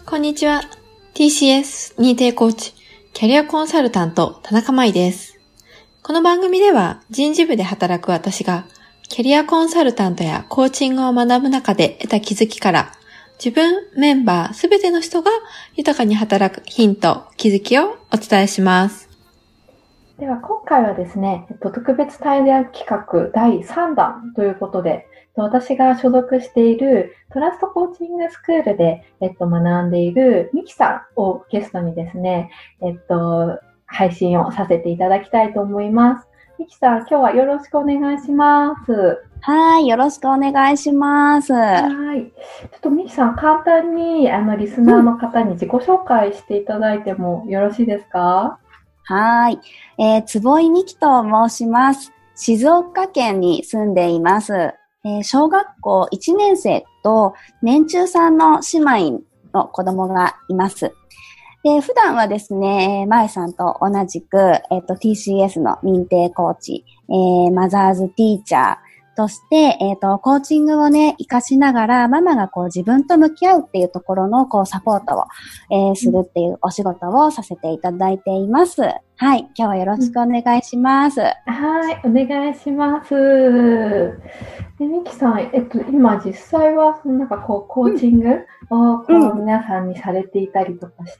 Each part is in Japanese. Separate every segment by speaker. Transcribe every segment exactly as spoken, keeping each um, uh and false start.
Speaker 1: こんにちは。ティーシーエス 認定コーチ、キャリアコンサルタント、田中舞です。この番組では人事部で働く私が、キャリアコンサルタントやコーチングを学ぶ中で得た気づきから、自分、メンバー、すべての人が豊かに働くヒント、気づきをお伝えします。では今回はですね、えっと、特別対談企画だいさんだんということで、私が所属しているトラストコーチングスクールで、えっと、学んでいるミキさんをゲストにですね、えっと、配信をさせていただきたいと思います。ミキさん、今日はよろしくお願いします。
Speaker 2: はい、よろしくお願いします。
Speaker 1: はい。ちょっとミキさん、簡単にあのリスナーの方に自己紹介していただいてもよろしいですか？
Speaker 2: はい、えー、坪井美希と申します。静岡県に住んでいます。えー、小学校いちねん生と年中さんの姉妹の子供がいます。で、普段はですね、まえさんと同じく、えっと、ティーシーエス の認定コーチ、えー、マザーズティーチャーとして、えっと、コーチングをね、活かしながら、ママがこう自分と向き合うっていうところの、こう、サポートを、えー、するっていうお仕事をさせていただいています。はい、今日はよろしくお願いします。
Speaker 1: はい、お願いします。で、ミキさん、えっと、今実際は、そのなんかこう、コーチングをこう、
Speaker 2: うん、
Speaker 1: 皆さんにされていたりとかして、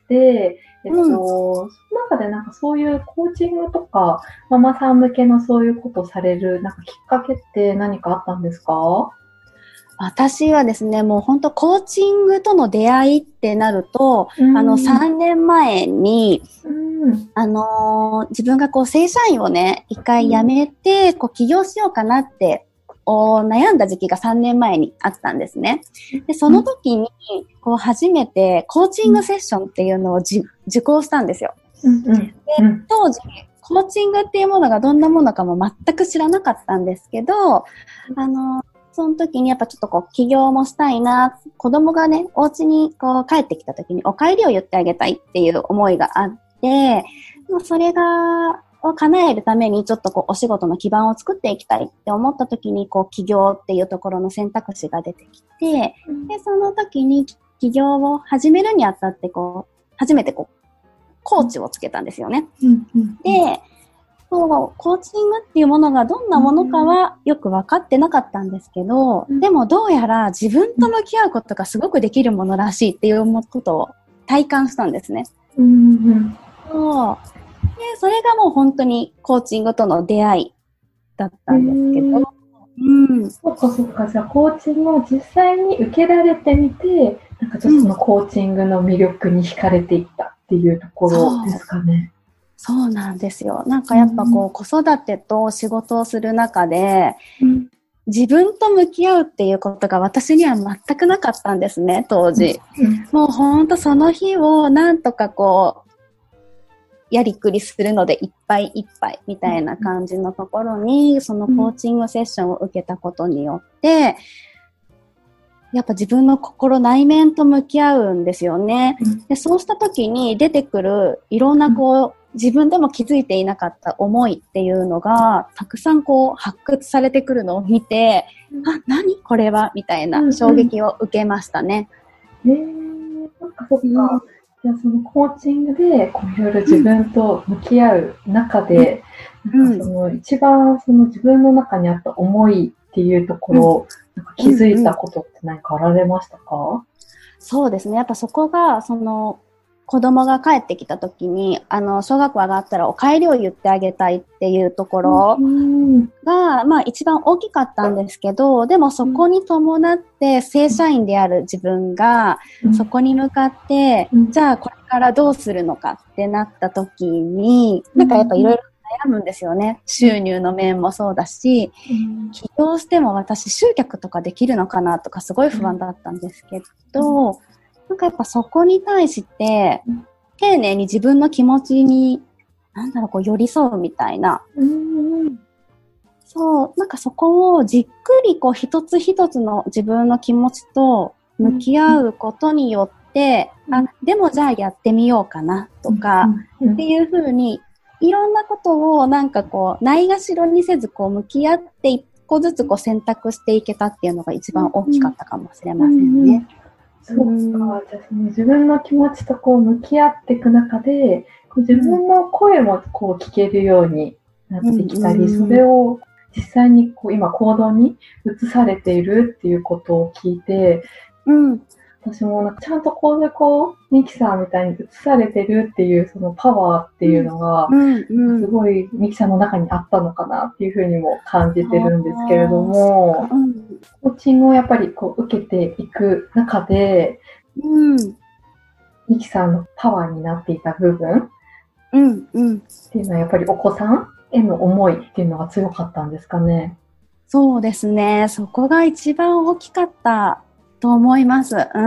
Speaker 1: えっと、
Speaker 2: うん、
Speaker 1: その中でなんかそういうコーチングとか、ママさん向けのそういうことをされる、なんかきっかけって何かあったんですか？
Speaker 2: 私はですね、もう本当コーチングとの出会いってなると、
Speaker 1: うん、
Speaker 2: あのさんねんまえに、
Speaker 1: うん、
Speaker 2: あのー自分がこう正社員をね、一回辞めて、こう起業しようかなってお悩んだ時期がさんねんまえにあったんですね。で、その時に、こう初めてコーチングセッションっていうのをじ受講したんですよ。
Speaker 1: うん、
Speaker 2: で、当時、コーチングっていうものがどんなものかも全く知らなかったんですけど、あのーその時にやっぱちょっとこう起業もしたいな、子供がね、お家にこう帰ってきた時にお帰りを言ってあげたいっていう思いがあって、それが、を叶えるためにちょっとこうお仕事の基盤を作っていきたいって思った時にこう起業っていうところの選択肢が出てきて、で、その時に起業を始めるにあたってこう、初めてこう、コーチをつけたんですよね。で、そう、コーチングっていうものがどんなものかはよく分かってなかったんですけど、うん、でもどうやら自分と向き合うことがすごくできるものらしいっていうことを体感したんですね。うん、そうで、それがもう本当にコーチングとの出会いだったんですけど、
Speaker 1: うん、そっかそっか。じゃあコーチングを実際に受けられてみて、なんかちょっとそのコーチングの魅力に惹かれていったっていうところですかね。
Speaker 2: そうなんですよ。なんかやっぱこう、うん、子育てと仕事をする中で、うん、自分と向き合うっていうことが私には全くなかったんですね、当時。うん、もうほんとその日をなんとかこう、やりくりするのでいっぱいいっぱいみたいな感じのところに、そのコーチングセッションを受けたことによって、やっぱ自分の心内面と向き合うんですよね。で、そうした時に出てくるいろんなこう、自分でも気づいていなかった思いっていうのがたくさんこう発掘されてくるのを見て、あ、何これはみたいな衝撃を受けましたね。
Speaker 1: へ、うんうん、えー、そっかそっか。うん、じゃあそのコーチングでこういろいろ自分と向き合う中で、うん、なんかその一番その自分の中にあった思いっていうところ、うん、なんか気づいたことって何かあられましたか？うんうん、
Speaker 2: そうですね。やっぱそこがその子供が帰ってきた時に、あの、小学校上がったらお帰りを言ってあげたいっていうところが、まあ一番大きかったんですけど、でもそこに伴って正社員である自分が、そこに向かって、じゃあこれからどうするのかってなった時に、なんかやっぱいろいろ悩むんですよね。収入の面もそうだし、起業しても私集客とかできるのかなとかすごい不安だったんですけど、なんかやっぱそこに対して、丁寧に自分の気持ちに、なんだろう、こう寄り添うみたいな。うんそう、なんかそこをじっくりこう一つ一つの自分の気持ちと向き合うことによって、うん、あ、でもじゃあやってみようかなとか、うん、っていう風に、いろんなことをなんかこう、ないがしろにせずこう向き合って一個ずつこう選択していけたっていうのが一番大きかったかもしれませんね。
Speaker 1: うんうんうん、
Speaker 3: そうか、じゃあその自分の気持ちとこう向き合っていく中で、こう自分の声もこう聞けるようになってきたり、うん、それを実際にこう今行動に移されているっていうことを聞いて、うん、私もなんかちゃんとこうでこうミキサーみたいに移されてるっていうそのパワーっていうのが、うんうん、すごいミキサーの中にあったのかなっていうふうにも感じてるんですけれども、うん、コーチングをやっぱりこう受けていく中で、うん、ミキサーのパワーになっていた部分、うんうん、っていうのはやっぱりお子さんへの思いっていうのが強かったんですかね。
Speaker 2: そうですね。そこが一番大きかったと思います。うん。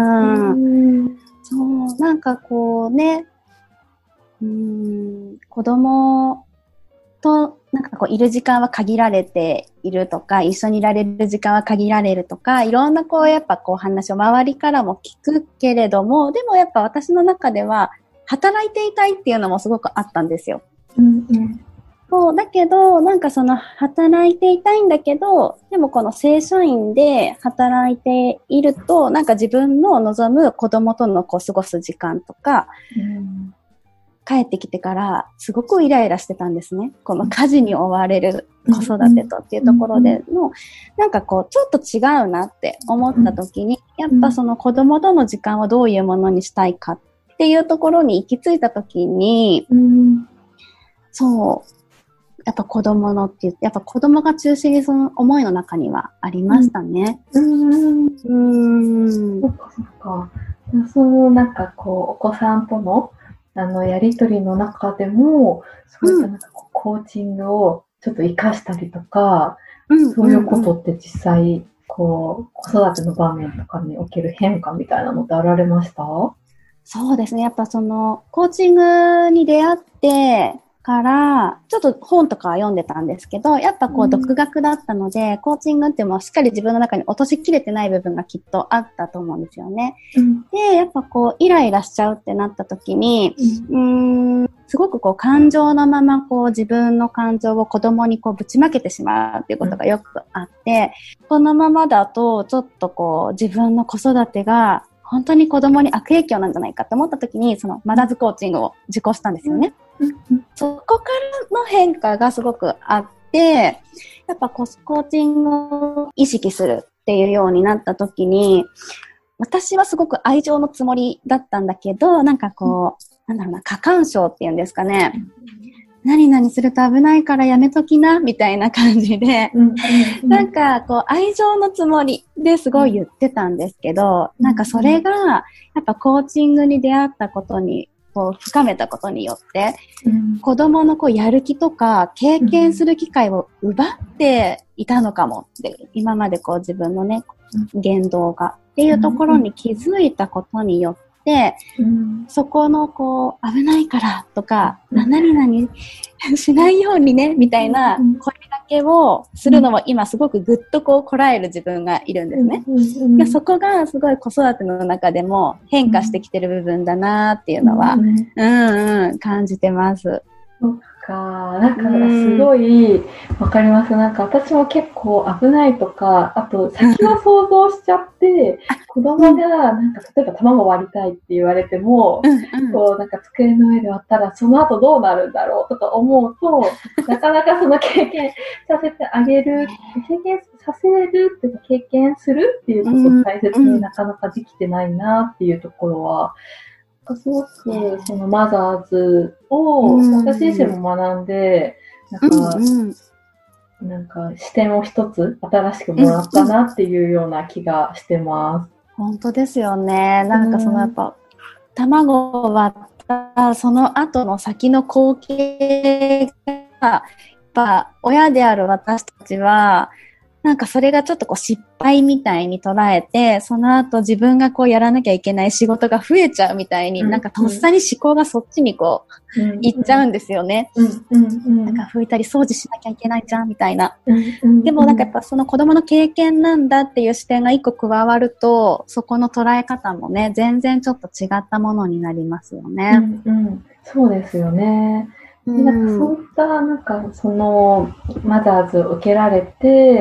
Speaker 2: うんそう、なんかこうね、うーん、子供となんかこういる時間は限られているとか、一緒にいられる時間は限られるとか、いろんなこうやっぱこう話を周りからも聞くけれども、でもやっぱ私の中では働いていたいっていうのもすごくあったんですよ。うんうんそう、だけど、なんかその、働いていたいんだけど、でもこの正社員で働いていると、なんか自分の望む子供とのこう過ごす時間とか、うん、帰ってきてからすごくイライラしてたんですね。この家事に追われる子育てとっていうところでの、なんかこう、ちょっと違うなって思った時に、やっぱその子供との時間をどういうものにしたいかっていうところに行き着いた時に、うん、そう、やっぱ子供のって言って、やっぱ子供が中心にその思いの中にはありましたね。うん。う
Speaker 3: ーん。そっかそっか。そのなんかこう、お子さんとの、あの、やりとりの中でも、そういったなんかこう、コーチングをちょっと活かしたりとか、うん、そういうことって実際、こう、子育ての場面とかにおける変化みたいなのってあられました？
Speaker 2: そうですね。やっぱその、コーチングに出会って、から、ちょっと本とかは読んでたんですけど、やっぱこう独学だったので、うん、コーチングってもうしっかり自分の中に落としきれてない部分がきっとあったと思うんですよね。うん、で、やっぱこうイライラしちゃうってなった時に、うん、うーんすごくこう感情のままこう自分の感情を子供にこうぶちまけてしまうっていうことがよくあって、うん、このままだとちょっとこう自分の子育てが本当に子供に悪影響なんじゃないかって思った時に、そのマザーズコーチングを受講したんですよね。うんうん、そこからの変化がすごくあって、やっぱコーチングを意識するっていうようになった時に、私はすごく愛情のつもりだったんだけど、なんかこう、なんだろうな、過干渉っていうんですかね。何々すると危ないからやめときな、みたいな感じで、うんうんうん、なんかこう愛情のつもりですごい言ってたんですけど、うん、なんかそれがやっぱコーチングに出会ったことにこう深めたことによって、うん、子供のこうやる気とか経験する機会を奪っていたのかもって、今までこう自分のね、言動がっていうところに気づいたことによって、うん、そこのこう危ないからとか、うん、何々しないようにねみたいな声掛けをするのも今すごくぐっとこうこらえる自分がいるんですね、うん、そこがすごい子育ての中でも変化してきてる部分だなっていうのは、うんうんうん、感じてます。
Speaker 3: そっか、なんかすごいわかります。なんか私も結構危ないとか、あと先を想像しちゃって、子供がなんか例えば卵割りたいって言われても、うんうん、こうなんか机の上で割ったらその後どうなるんだろうとか思うと、なかなかその経験させてあげる、経験させるっていうか経験するっていうことを大切になかなかできてないなっていうところは、すごくそのマザーズを私自身も学んで、なんか、うんうん、なんか視点を一つ新しくもらったなっていうような気がしてます。
Speaker 2: 本当ですよね。なんかそのやっぱ、うん、卵を割ったその後の先の光景が、やっぱ親である私たちは、なんかそれがちょっとこう失敗みたいに捉えて、その後自分がこうやらなきゃいけない仕事が増えちゃうみたいに、うん、なんかとっさに思考がそっちにこう、うん、行っちゃうんですよね、うんうん。なんか拭いたり掃除しなきゃいけないじゃんみたいな、うんうん。でもなんかやっぱその子供の経験なんだっていう視点が一個加わると、そこの捉え方もね、全然ちょっと違ったものになりますよね。
Speaker 3: うんうん、そうですよね。なんかそういったなんかそのマザーズを受けられて、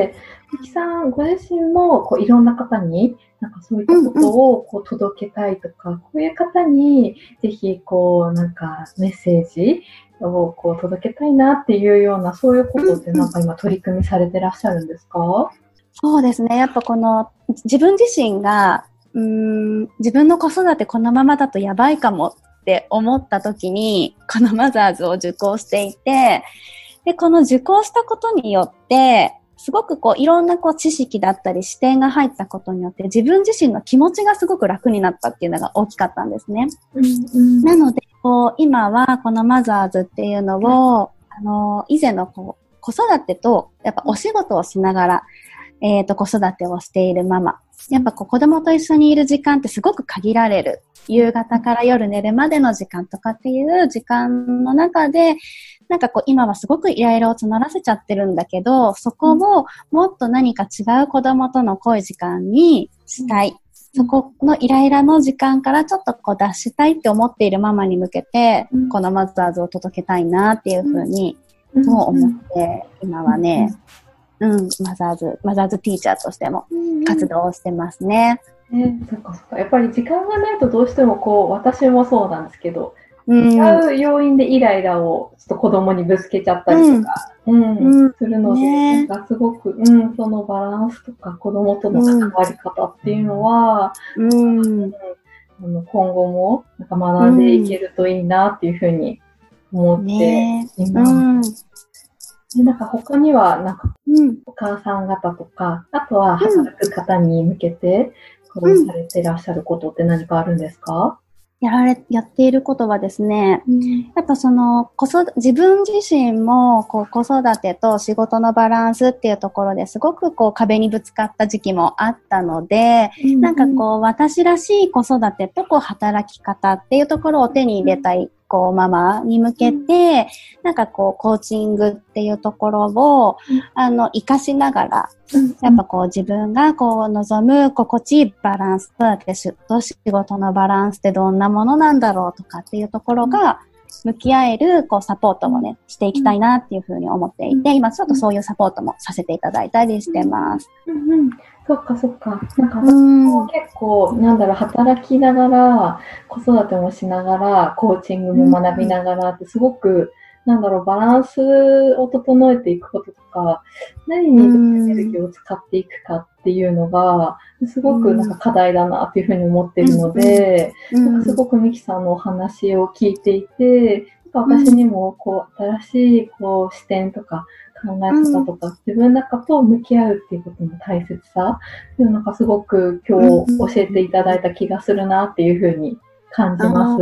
Speaker 3: みきさんご自身もこういろんな方になんかそういったことをこう届けたいとか、うんうん、こういう方にぜひこうなんかメッセージをこう届けたいなっていうようなそういうことってなんか今取り組みされてらっしゃるんですか？
Speaker 2: そうですね。やっぱこの自分自身がうーん自分の子育てこのままだとやばいかもって思った時にこのマザーズを受講していて、でこの受講したことによってすごくこういろんなこう知識だったり視点が入ったことによって自分自身の気持ちがすごく楽になったっていうのが大きかったんですね。うんうん、なのでこう今はこのマザーズっていうのを、うん、あの以前のこう子育てとやっぱお仕事をしながらえっと子育てをしているママ、やっぱこう子供と一緒にいる時間ってすごく限られる。夕方から夜寝るまでの時間とかっていう時間の中でなんかこう今はすごくイライラを募らせちゃってるんだけど、そこをもっと何か違う子供との濃い時間にしたい。そこのイライラの時間からちょっとこう脱したいって思っているママに向けて、このマザーズを届けたいなっていうふうにそう思って、今はね、うん、マザーズ、マザーズティーチャーとしても活動をしてますね。
Speaker 3: ね、そっかそっか。やっぱり時間がないとどうしてもこう、私もそうなんですけど、
Speaker 2: うん、
Speaker 3: 違う要因でイライラをちょっと子供にぶつけちゃったりとか、うんうん、するので、ね、なんかすごく、うん、そのバランスとか子供との関わり方っていうのは、
Speaker 2: うん
Speaker 3: うん、あの今後もなんか学んでいけるといいなっていうふうに思っています。うんでなんか他にはなんかお母さん方とか、あとは働く方に向けてこうされていらっしゃることって何かあるんですか？
Speaker 2: やられ、やっていることはですね、うん、やっぱその、子育、自分自身も、こう、子育てと仕事のバランスっていうところですごくこう、壁にぶつかった時期もあったので、うん、なんかこう、私らしい子育てとこう、働き方っていうところを手に入れたい、こう、ママに向けて、なんかこう、コーチングっていうところを、あの、活かしながら、やっぱこう自分がこう望む心地いいバランスと仕事のバランスってどんなものなんだろうとかっていうところが向き合えるこうサポートもねしていきたいなっていうふうに思っていて、今ちょっとそういうサポートもさせていただいたりしてます。
Speaker 3: うんうん、そっかそっか。なんか私も結構なんだろう働きながら子育てもしながらコーチングも学びながらってすごくなんだろう、バランスを整えていくこととか、何にどうエネルギーを使っていくかっていうのが、すごくなんか課題だなっていうふうに思っているので、なんかすごくミキさんのお話を聞いていて、なんか私にもこう新しいこう視点とか考え方とか、自分の中と向き合うっていうことの大切さっていうのがすごく今日教えていただいた気がするなっていうふうに感じます。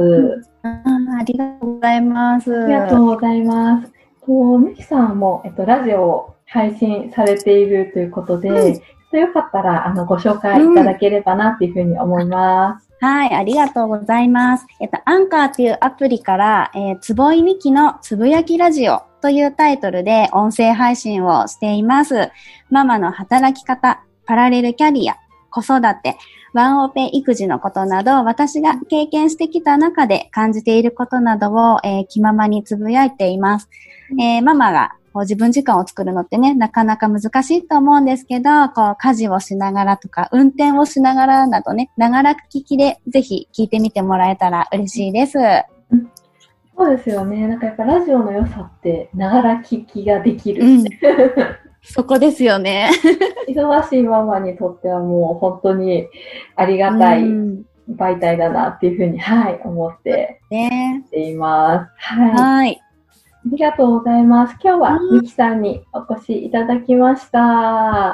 Speaker 2: あ, ありがとうございます。
Speaker 3: ありがとうございます。と、ミキさんも、えっと、ラジオを配信されているということで、うん、とよかったら、あの、ご紹介いただければなっていうふうに思います。
Speaker 2: うん、はい、ありがとうございます。えっと、アンカーっていうアプリから、えー、つぼいみきのつぶやきラジオというタイトルで音声配信をしています。ママの働き方、パラレルキャリア、子育て、ワンオペ育児のことなど、私が経験してきた中で感じていることなどを、えー、気ままにつぶやいています。えー、ママがこう自分時間を作るのってね、なかなか難しいと思うんですけど、こう家事をしながらとか、運転をしながらなどね、ながら聞きでぜひ聞いてみてもらえたら嬉しいです。
Speaker 3: そうですよね。なんかやっぱラジオの良さって、ながら聞きができる。
Speaker 2: うんそこですよね。
Speaker 3: 忙しいママにとってはもう本当にありがたい媒体だなっていうふうに、はい、思っています。はい。
Speaker 2: はい。
Speaker 3: ありがとうございます。今日はミキさんにお越しいただきました。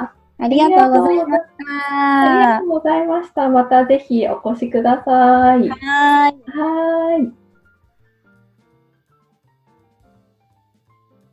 Speaker 2: ありがとうございました。
Speaker 3: ありがとうございました。またぜひお越しください。
Speaker 2: はい。
Speaker 3: はい。